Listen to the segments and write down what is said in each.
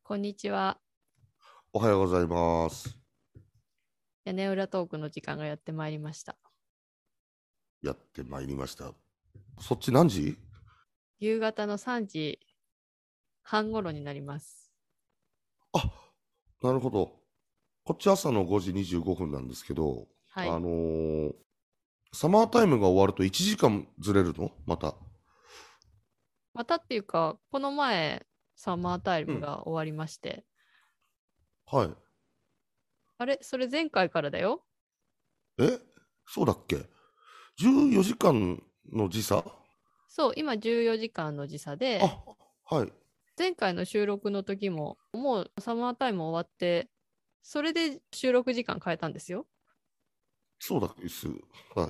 こんにちは。 おはようございます。 屋根裏トークの時間がやってまいりました。 やってまいりました。そっち何時？ 夕方の3時半頃になります。 あ、なるほど。こっち朝の5時25分なんですけど、 はい。 サマータイムが終わると1時間ずれるのまた。 またっていうか、この前、サマータイうん。 ムが終わりまして。 はい。 あれそれ前回からだよ。 え、そうだっけ？ 14 時間の時差？ そう、今14時間の時差で、 あ、はい。 前回の収録の時も、もうサマータイム終わって、それで収録時間変えたんですよ。 そうだです。はい。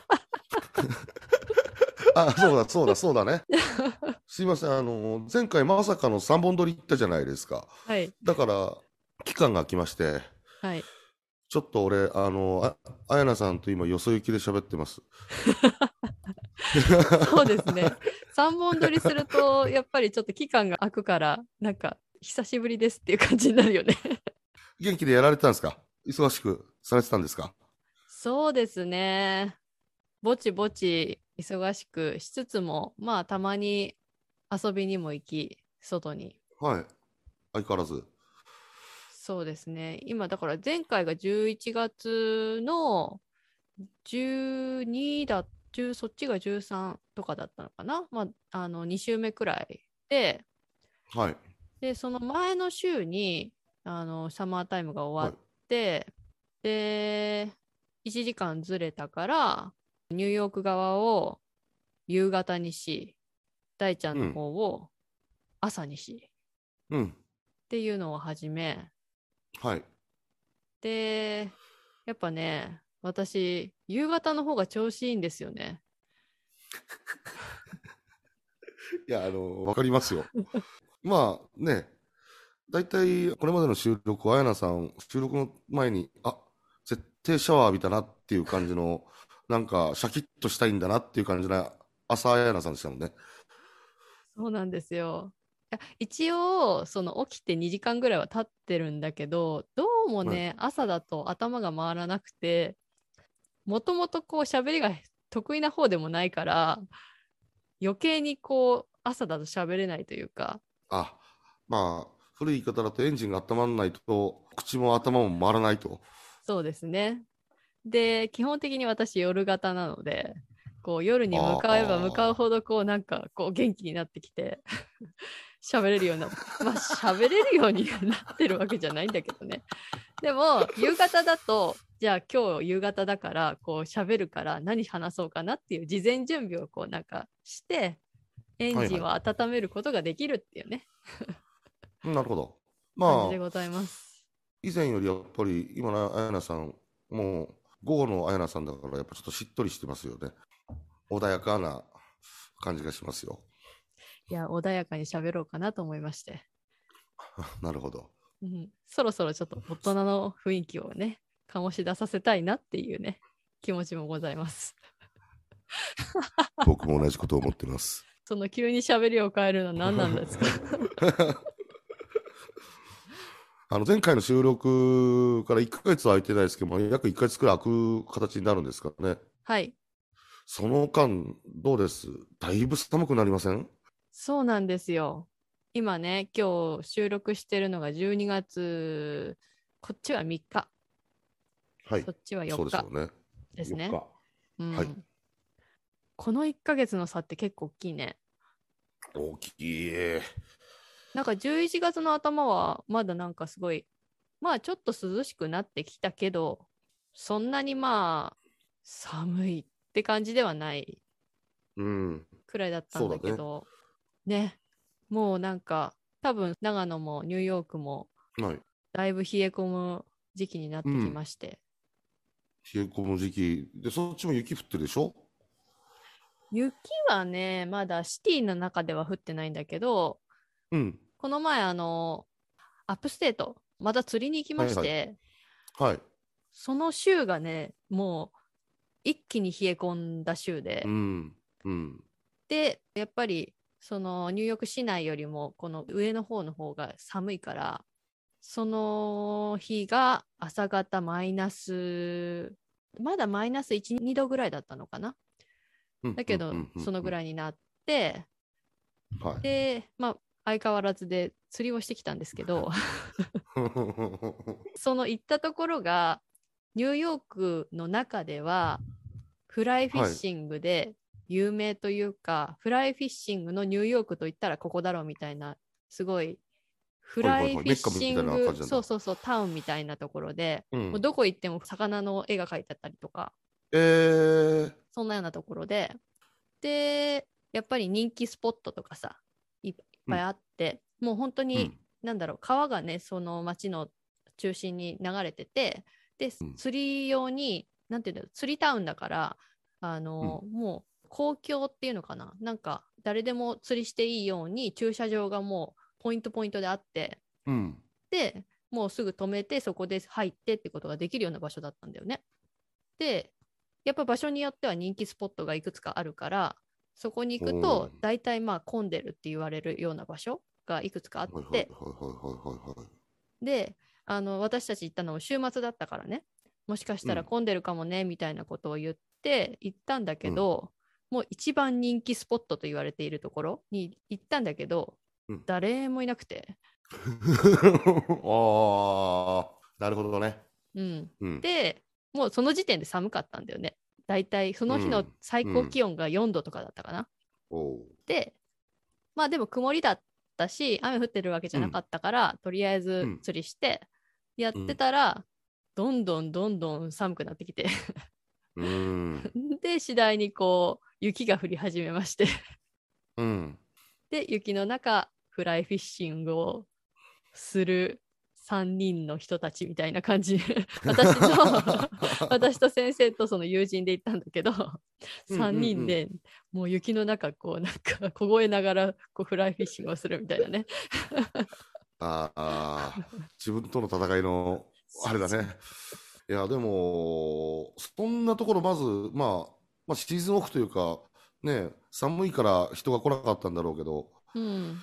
あ、そうだね。すいません。前回まさかの3本撮り行ったじゃないですか。 はい。 だから、期間が空きまして、 はい。 ちょっと俺、あやなさんと今、よそ行きで喋ってます。 そうですね。3本撮りすると、やっぱりちょっと期間が空くから、なんか、久しぶりですっていう感じになるよね。 元気でやられてたんですか？忙しくされてたんですか？ そうですね。ぼちぼち忙しくしつつも、まあ、たまに遊びにも行き、外に。 はい。相変わらず。 そうですね。今、だから前回が11月の12だ、10そっちが13とかだったのかな。まあ、2週目くらいで、 はい。 で、その前の週に、サマータイムが終わっはい。 て、で、1時間ずれたから、ニューヨーク側を夕方にし、大ちゃんのうん。 方を朝にし、 うん。 っていうのを始め、 はい。 で、やっぱね、私、夕方の方が調子いいんですよね。 いや、わかりますよ。まあね、大体これまでの収録、あやなさん、収録の前に、絶対シャワー浴びたなっていう感じの、なんか、シャキッとしたいんだなっていう感じな、朝あやなさんでしたもんね。 そうなんですよ。いや一応、その起きて2時間ぐらいは経ってるんだけど、どうもはい。 ね、朝だと頭が回らなくて、もともとこう喋りが得意な方でもないから、余計にこう朝だと喋れないというか、 あ、まあ、古い言い方だとエンジンが温まらないと、口も頭も回らないと。 そうですね。で、基本的に私夜型なので、こう夜に向あかえば向かうほあ。 どこうなんかこう元気になってきて喋れるようになって、まあ喋れるようになってるわけじゃないんだけどね。でも夕方だと、じゃあ今日夕方だからこう喋るから何話そうかなっていう事前準備をこうなんかしてエンはいはい。 ジンを温めることができるっていうね、 なるほど。まあ、 感じでございます。 以前よりやっぱり、今のあやなさん、もう、午後のあやなさんだから、やっぱちょっとしっとりしてますよね。穏やかな感じがしますよ。 いや、穏やかに喋ろうかなと思いまして。 なるほど。 うん、そろそろちょっと大人の雰囲気をね、醸し出させたいなっていうね、気持ちもございます。 僕も同じことを思ってます。 その急に喋りを変えるのは何なんですか？ 前回の収録から1ヶ月空いてないですけども、約1ヶ月くらい空く形になるんですかね。 はい。 その間、どうです？だいぶ寒くなりません？ そうなんですよ。今ね、今日収録してるのが12月、こっちは3日、 はい。 そっちは4日そうですよね。4 ですね。 日。はい。 うん。この1ヶ月の差って結構大きいね。 大きい。 なんか11月の頭はまだなんかすごい、まあちょっと涼しくなってきたけど、そんなにまあ寒いって感じではないうん。 くらいだったんだそうだね。 けど、ね、もうなんか多分長野もニューヨークもはい。 だいぶ冷え込む時期になってきうん。 まして、 冷え込む時期。で、そっちも雪降ってるでしょ？ 雪はね、まだシティの中では降ってないんだけど、 うん。 この前アップステート、また釣りに行きまはいはい。 して、 はい。 その週がね、もう一気に冷え込んだ週で、 うん。うん。 で、やっぱりそのニューヨーク市内よりもこの上の方の方が寒いから、その日が朝方マイナス、まだマイナス1、2度ぐらいだったのかな。だけど、そのぐらいになって、 はい。 で、まあ、相変わらずで釣りをしてきたんですけど、その行ったところが、ニューヨークの中では、フライフィッはい。 シングで有名というか、フライフィッシングのニューヨークといったらここだろうみたいな、すごいフはいはいはい。 ライフィッメッカみたいな感シング、 じなんだ。 そうそうそう、タウンみたいなところで、もううん。 どこ行っても魚の絵が描いてあったりとか、 えー、 そんなようなところで、で、やっぱり人気スポットとかさ、いっうん、 ぱいあって、もう本当に、 うん、 なんだろう、川がね、その町の中心に流れてて、で、 うん、 釣り用に、なんていうんだろう、釣りタウンだから、 うん、 もう公共っていうのかな、なんか誰でも釣りしていいように駐車場がもうポイントポイントであって、 うん。 で、もうすぐ止めて、そこで入ってってことができるような場所だったんだよね。で、やっぱ場所によっては人気スポットがいくつかあるから、そこに行おくと、 ー。 大体まあ混んでるって言われるような場所がいくつかあっはいはいはいて、 はいはいはい。 で、私たち行ったのも週末だったからね、もしかしたらうん、 混んでるかもね、みたいなことを言って行ったんだうん、 けど、もう一番人気スポットと言われているところに行ったんだけど、 うん。 誰もいなくて、 ああ、なるほどね。 うん。 うん、 で、もうその時点で寒かったんだよね。だいたいその日のうん、 最うん。 高気温が4度とかだったかな。 おう。 で、まあでも曇りだったし、雨降ってるわけじゃうん、 なかったから、とりあえずうん、 釣りして、やってうん、 たら、どんどんどんどん寒くなってきてうん、 で、次第にこう、雪が降り始めましてうん。 で、雪の中、フライフィッシングをする3人の人たちみたいな感じ私と私と先生とその友人で行ったんだけど、 うんうんう 3人ん。 でもう雪の中こうなんか凍えながらこうフライフィッシングをするみたいなね。 ああ、自分との戦いの、あれだね。いや、でも、そんなところ、まず、シーズンオフというか、ね、寒いから人が来なかったんだろうけど、 うん。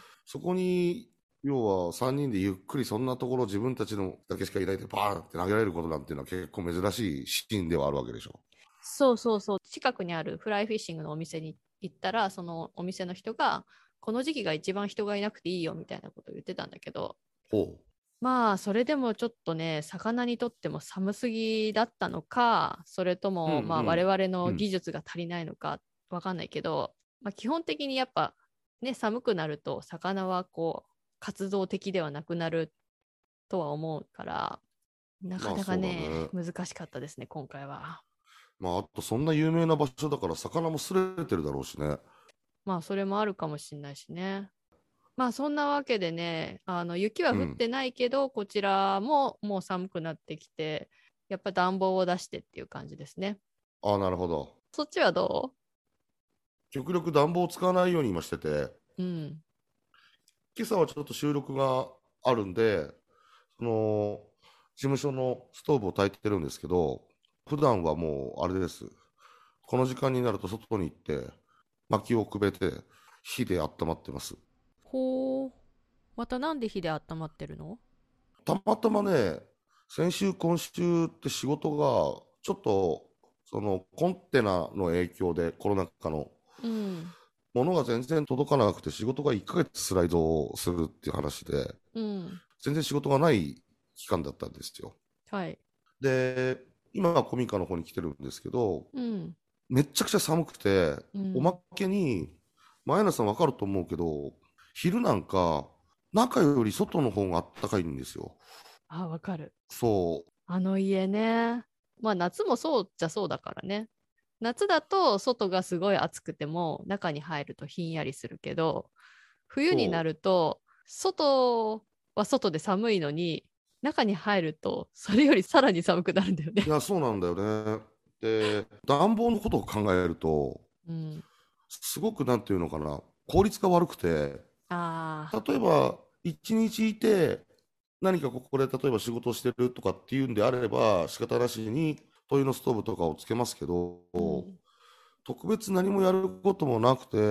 そこに、要は3人でゆっくりそんなところ自分たちのだけしかいないでバーンって投げられることなんていうのは結構珍しいシーンではあるわけでしょ。 そうそうそう。近くにあるフライフィッシングのお店に行ったら、そのお店の人が、この時期が一番人がいなくていいよみたいなことを言ってたんだけど、 ほまあ、それでもちょっとね、魚にとっても寒すぎだったのか、それとう。うんも、まあ、我うん 々のうん。 技術が足りないのか、わかんないけど、まあ、基本的にやっぱ、ね、寒くなると、魚はこう、活動的ではなくなるとは思うから、なかなかまあそうだね、 ね。 難しかったですね、今回は。 まああとそんな有名な場所だから魚もすれてるだろうしね。 まあ、それもあるかもしれないしね。まあ、そんなわけでね、雪はうん。 降ってないけど、こちらももう寒くなってきて、やっぱ暖房を出してっていう感じですね。 ああ、なるほど。 そっちはど極力暖房を使わないように今してて、 う？うん。 今朝はちょっと収録があるんで、その、事務所のストーブを焚いてるんですけど、普段はもう、あれです。この時間になると外に行って、薪をくべて、火で温まってます。 ほう。またなんで火で温まってるの？ たまたまね、先週、今週って仕事が、ちょっと、その、コンテナの影響で、コロナ禍の、 うん。 物が全然届かなくて、仕事が1ヶ月スライドするっていう話で、 うん。 全然仕事がない期間だったんですよ。 はい。 で、今は古民家の方に来てるんですけど、 うん。 めっちゃくちゃ寒くて、おまうん。 けに、前野さんわかると思うけど、昼なんか、中より外の方があったかいんですよ。 あ、わかる。 そあの家ね。まあ夏もそうじゃそうだからね。夏だと外がすごい暑くても中に入るとひんやりするけど、冬になそると外は外で寒いのに中に入るとそれよりさらに寒くなるんだよう。いね。 や、そうなんだよね。で、暖房のことを考えると、 うん。 すごくなんていうのかな、効率が悪くて、 ああ。 例えば、一日いて、何かここで例えば仕事をしてるとかっていうんであれば、仕方なしに灯油のストーブとかをつけますけど、 うん。 特別何もやることもなくて、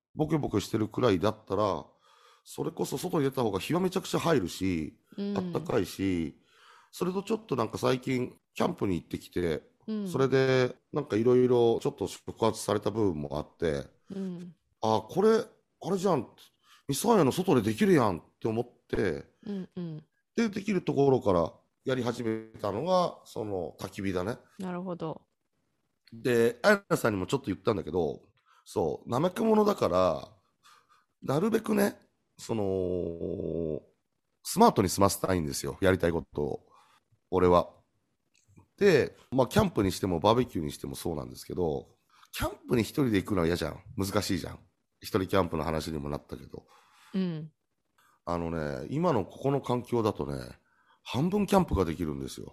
ボケボケしてるくらいだったら、それこそ外に出た方が日はめちゃくちゃ入るし、 うん。 あったかいし、それとちょっとなんか最近、キャンプに行ってきて、それうん。 で、なんかいろいろちょっと触発された部分もあって、 うん。 あ、これ、あれじゃん、ミサヤの外でできるやんって思って、 うん。うん。 で、できるところからやり始めたのが、その焚き火だね。 なるほど。 で、あやなさんにもちょっと言ったんだけど、そう、怠け者だから、なるべくね、その、スマートに済ませたいんですよ。やりたいことを。俺は。で、まあ、キャンプにしてもバーベキューにしてもそうなんですけど、キャンプに一人で行くのは嫌じゃん。難しいじゃん。一人キャンプの話にもなったけど。 うん。 今のここの環境だとね、半分キャンプができるんですよ。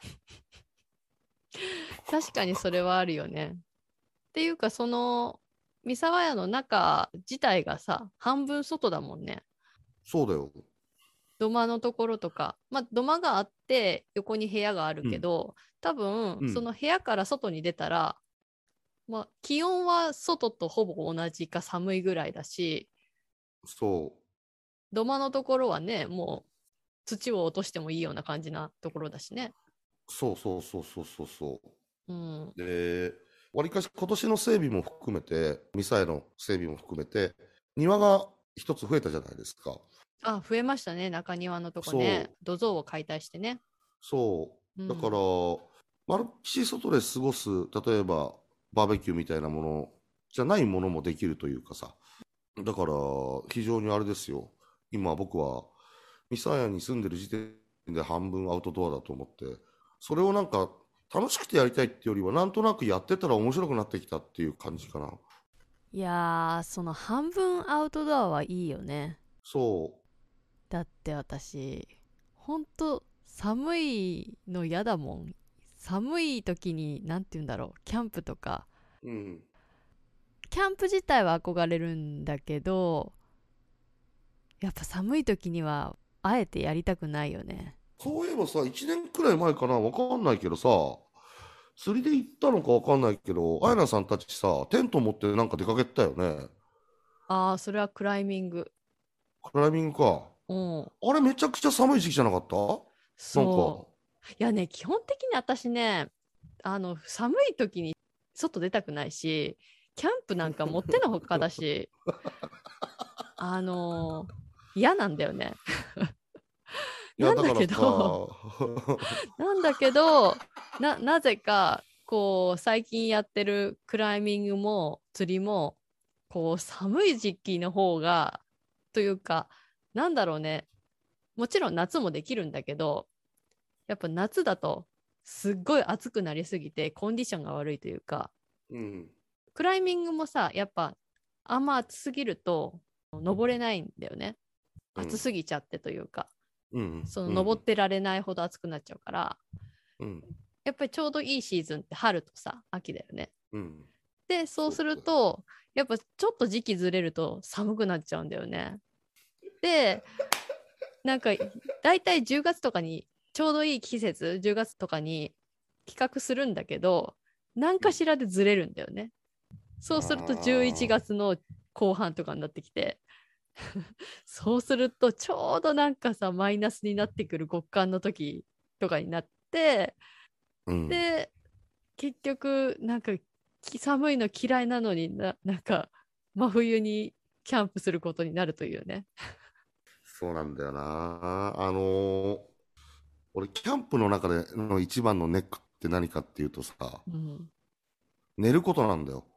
確かにそれはあるよね。っていうか、三沢屋の中自体がさ、半分外だもんね。 そうだよ。 土間のところとか、まあ、土間があって横に部屋があるうん。 けど、多分うん。 その部屋から外に出たら、まあ、気温は外とほぼ同じか寒いぐらいだし、 そ土間のところはね、もう土を落としてもいいような感じなところだしね。 う。そうそうそうそうそうそうん。 う。で、わりかし今年の整備も含めて、ミサイの整備も含めて、庭が一つ増えたじゃないですか。 あ、増えましたね、中庭のとこね。 そう、 土蔵を解体してね。 そう。だから、 うん。 まるっきり外で過ごす、例えばバーベキューみたいなものじゃないものもできるというかさ。だから、非常にあれですよ。今僕は、ミサヤに住んでる時点で半分アウトドアだと思って、それをなんか、楽しくてやりたいってよりは、なんとなくやってたら面白くなってきたっていう感じかな。 いやー、その半分アウトドアはいいよね。 そだって私、ほんと寒いの嫌だもん。寒い時に、なんて言うんだろう、キャンプとか。 う。うん。 キャンプ自体は憧れるんだけど、やっぱ寒い時には、あえてやりたくないよね。 そういえばさ、1年くらい前かな、わかんないけどさ、釣りで行ったのかわかんないけど、あやなさんたちさ、テント持ってなんか出かけてたよね。 ああ、それはクライミング。 クライミングか。 うん。 あれめちゃくちゃ寒い時期じゃなかった？なんか、 そう。いやね、基本的に私ね、寒い時に外出たくないし、キャンプなんかもってのほかだし、あの嫌なんだよね。 いや、 なんだだからさ、 けど、なんだけど、なぜか、こう、最近やってるクライミングも釣りも、こう、寒い時期の方が、というか、なんだろうね、もちろん夏もできるんだけど、やっぱ夏だと、すっごい暑くなりすぎて、コンディションが悪いというか、 うん、 クライミングもさ、やっぱ、あんま暑すぎると、登れないんだよね。 うん、 暑すぎちゃってというか、 うん、 そのうん、 登ってられないほど暑くなっちゃうから、 うん、 やっぱりちょうどいいシーズンって春とさ、秋だよね。 うん。 で、そうするそうだよ。 と、やっぱちょっと時期ずれると寒くなっちゃうんだよね。で、なんか、だいたい10月とかに、ちょうどいい季節、10月とかに企画するんだけど、何うん。 かしらでずれるんだよね。そうすると11 あ月の後半とかになってきて、そうするとちょうどなんかさ、マイナスになってくる極寒の時とかになって、 あ、うん。 で、結局、なんか寒いの嫌いなのになんか真冬にキャンプすることになるというね。 そうなんだよな。俺、キャンプの中での一番のネックって何かっていうとさ、 うん、 寝ることなんだよ。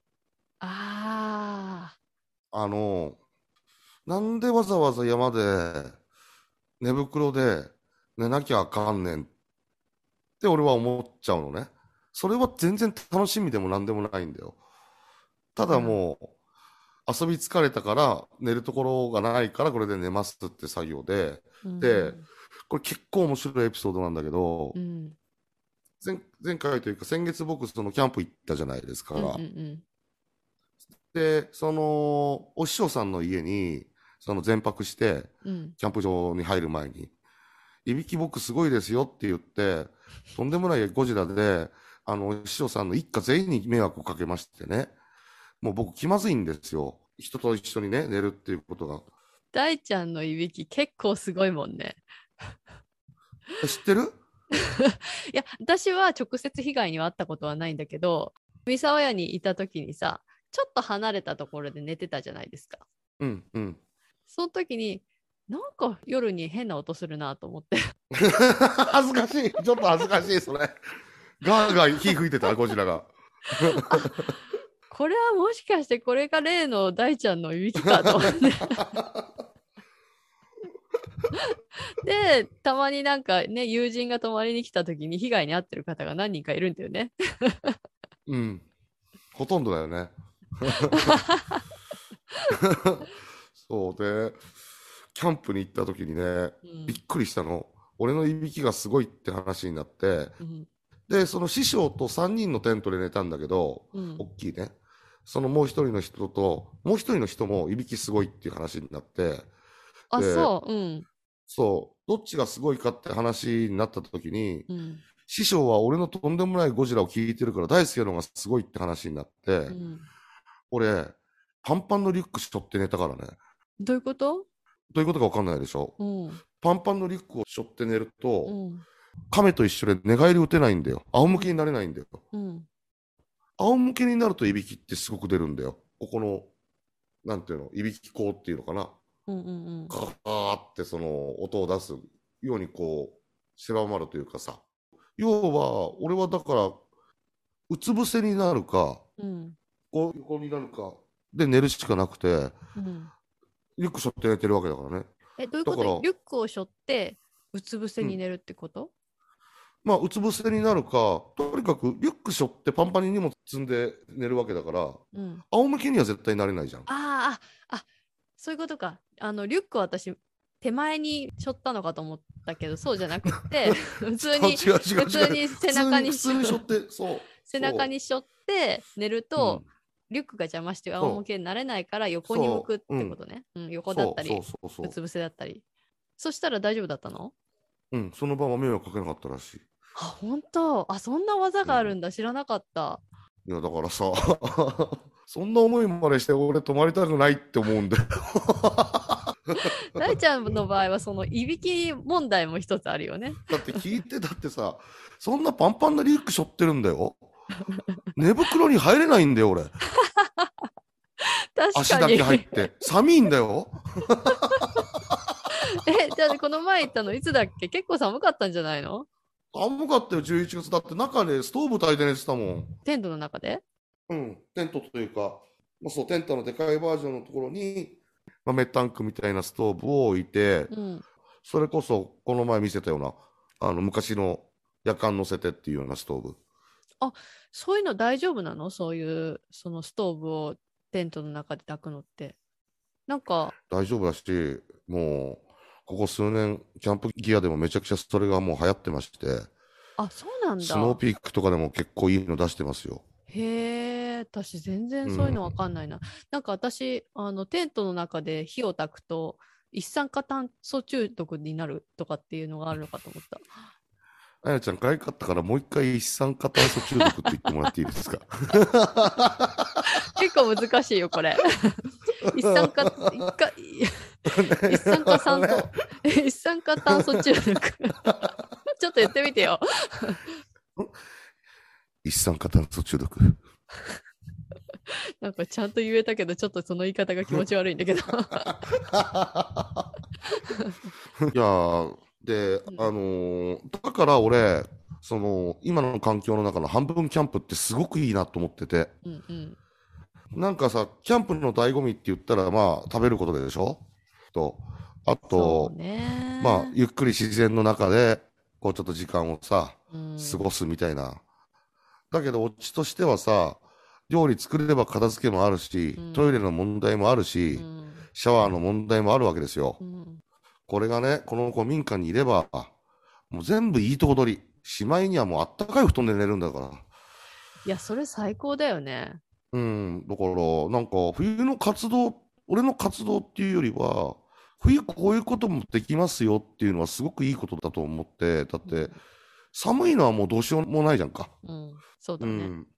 ああのなんでわざわざ山で寝袋で寝なきゃあかんねんって俺は思っちゃうのね。それは全然楽しみでもなんでもないんだよ。ただーあもう遊び疲れたから寝るところがないからこれで寝ますって作業で、 ー、うで、 ん、 これ結構面白いエピソードなんだけど、 うん、 前回というか先月僕そのキャンプ行ったじゃないですうん、うか。 ん、 で、その、お師匠さんの家に、その全泊して、 うん、 キャンプ場に入る前に、いびき僕すごいですよって言って、とんでもないゴジラで、お師匠さんの一家全員に迷惑をかけましてね。もう僕気まずいんですよ。 人と一緒にね、寝るっていうことが。 大ちゃんのいびき結構すごいもんね。 知ってる？ いや、私は直接被害には遭ったことはないんだけど、三沢屋にいた時にさ、ちょっと離れたところで寝てたじゃないですか。 うんうん。 その時に、なんか夜に変な音するなと思って。 恥ずかしい。ちょっと恥ずかしい、それ。ガーガー火吹いてた、ゴジラが。 これはもしかしてこれが例の大ちゃんのいびきかと思って。で、たまになんかね、友人が泊まりに来た時に被害に遭ってる方が何人かいるんだよね。 うん。ほとんどだよね。そうで、キャンプに行った時にね、びっくりしたの。俺のいびきがすごいって話になって、で、その師匠と3人のテントで寝たんだけど、大きいね。そのもう一人の人と、もう一人の人もいびきすごいっていう話になって、 あ、 でそう、 そう、どっちがすごいかって話になった時に、師匠は俺のとんでもないゴジラを聞いてるから大輔の方がすごいって話になって、俺、パンパンのリュック背負って寝たからね。 どういうこと？ どういうことか分かんないでしょ。パンパンのリュックを背負って寝ると、亀と一緒で寝返り打てないんだよ。仰向けになれないんだよ。仰向けになるといびきってすごく出るんだよ。ここの、なんていうの、いびき口っていうのかな。ガーってその音を出すようにこう、狭まるというかさ。要は、俺はだから、うつ伏せになるか、こう横になるかで寝るしかなくて、リュック背負って寝てるわけだからね。 どういうこと？リュックを背負ってうつ伏せに寝るってこと？ まあ、うつ伏せになるか、とにかくリュック背負ってパンパンに荷物積んで寝るわけだから、仰向けには絶対なれないじゃん。 そういうことか。リュックは私、手前に背負ったのかと思ったけど、そうじゃなくて、普通に背中に背負って、背中に背負って寝ると、リュックが邪魔して仰向けになれないから横に向くってことね。横だったり、うつ伏せだったり。そしたら大丈夫だったの？ その場は迷惑かけなかったらしい。 本当？そんな技があるんだ。知らなかった。 いや、だからさ、そんな思いまでして俺泊まりたくないって思うんだよ。 大ちゃんの場合はそのいびき問題も一つあるよね。 だって聞いて、だってさ、そんなパンパンなリュック背負ってるんだよ。寝袋に入れないんだよ、俺。 確かに。 足だけ入って。寒いんだよ。 じゃあこの前行ったのいつだっけ？結構寒かったんじゃないの？ 寒かったよ、11月。だって中でストーブ炊いて寝てたもん。 テントの中で？ テントというか、そう、テントのでかいバージョンのところに、豆タンクみたいなストーブを置いて、それこそこの前見せたような、昔の夜間乗せてっていうようなストーブ。 そういうの大丈夫なの？そういう、そのストーブをテントの中で炊くのって。なんか。 大丈夫だし、もう、ここ数年、キャンプギアでもめちゃくちゃそれがもう流行ってまして。 そうなんだ。 スノーピークとかでも結構いいの出してますよ。 へえ、私全然そういうのわかんないな。なんか私、テントの中で火を焚くと、一酸化炭素中毒になるとかっていうのがあるのかと思った。 あやちゃん、可愛かったからもう一回一酸化炭素中毒って言ってもらっていいですか？ 結構難しいよ、これ。一酸化炭素中毒。ちょっと言ってみてよ。 一酸化炭素中毒。 なんかちゃんと言えたけど、ちょっとその言い方が気持ち悪いんだけど。いやで、だから俺、今の環境の中の半分キャンプってすごくいいなと思ってて。なんかさ、キャンプの醍醐味って言ったら、まあ、食べることでしょと、あと、まあ、ゆっくり自然の中で、こう、ちょっと時間をさ、過ごすみたいな。だけど、オチとしてはさ、料理作れば片付けもあるし、トイレの問題もあるし、シャワーの問題もあるわけですよ。これがね、この古民家にいれば、もう全部いいとこ取り。しまいにはもうあったかい布団で寝るんだから。 いや、それ最高だよね。 だから、なんか、冬の活動、俺の活動っていうよりは、冬こういうこともできますよっていうのはすごくいいことだと思って、だって、寒いのはもうどうしようもないじゃんか。 そうだね。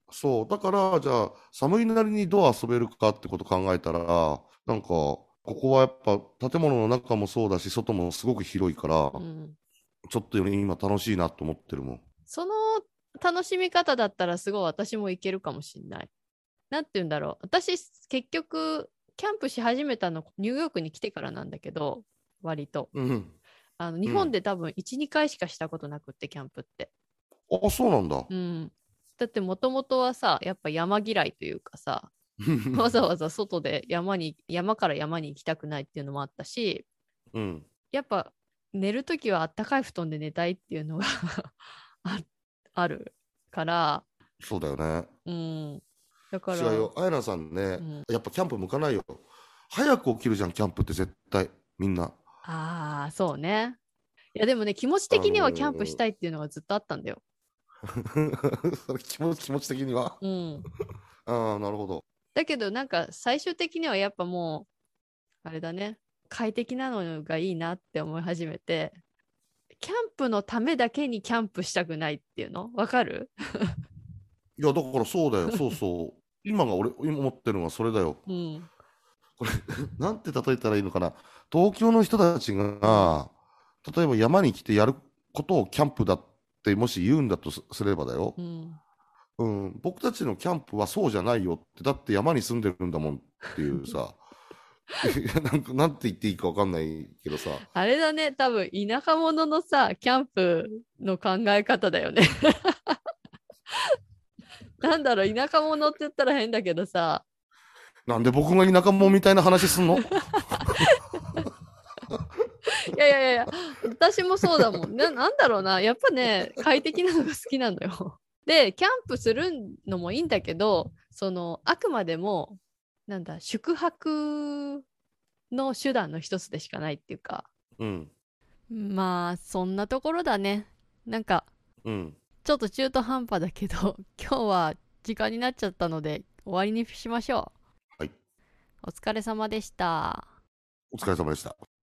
そう。だから、じゃあ、寒いなりにどう遊べるかってこと考えたら、なんか、ここはやっぱ建物の中もそうだし、外もすごく広いから、 うん。 ちょっとより今楽しいなと思ってるもん。 その楽しみ方だったらすごい私もいけるかもしんない。なんて言うんだろう。私、結局、キャンプし始めたの、ニューヨークに来てからなんだけど、割と。 うん。 日うん。 本で多分1、2回しかしたことなくって、キャンプって。 あ、そうなんだ。 うん。だってもともとはさ、やっぱ山嫌いというかさ、わざわざ外で山から山に行きたくないっていうのもあったし、 うん。 やっぱ寝るときはあったかい布団で寝たいっていうのがああるから、 そうだよね。 うん。だから、 違うよ。あやなさんね、 うん。 やっぱキャンプ向かないよ。早く起きるじゃん、キャンプって絶対。みんな。 ああ、そうね。いや、でもね、気持ちあ的にはキャンプしのたいっていうのがずっとあったんだよ。 それ気持ち的には。 うん。 ああ、なるほど。 だけど、なんか最終的にはやっぱもう、あれだね、快適なのがいいなって思い始めて、キャンプのためだけにキャンプしたくないっていうのわかる？ いや、だからそうだよ。そうそう。今思ってるのはそれだよ。 うん。 これ、なんて例えたらいいのかな。東京の人たちうん。 が、例えば山に来てやることをキャンプだってもし言うんだとすればだよ。 うん。 うん、僕たちのキャンプはそうじゃないよって、だって山に住んでるんだもんっていうさ、なんて言っていいかわかんないけどさ、 あれだね、多分田舎者のさ、キャンプの考え方だよね。なんだろう、田舎者って言ったら変だけどさ、 なんで僕が田舎者みたいな話すんの？ いやいやいやいや、私もそうだもん。なんだろうな、やっぱね、快適なのが好きなのよ。で、キャンプするのもいいんだけど、あくまでも、なんだ、宿泊の手段の一つでしかないっていうか、 うん、 まあ、そんなところだね。なんか、 うん。 ちょっと中途半端だけど、今日は時間になっちゃったので、終わりにしましょはい。 う。お疲れ様でした。 お疲れ様でした。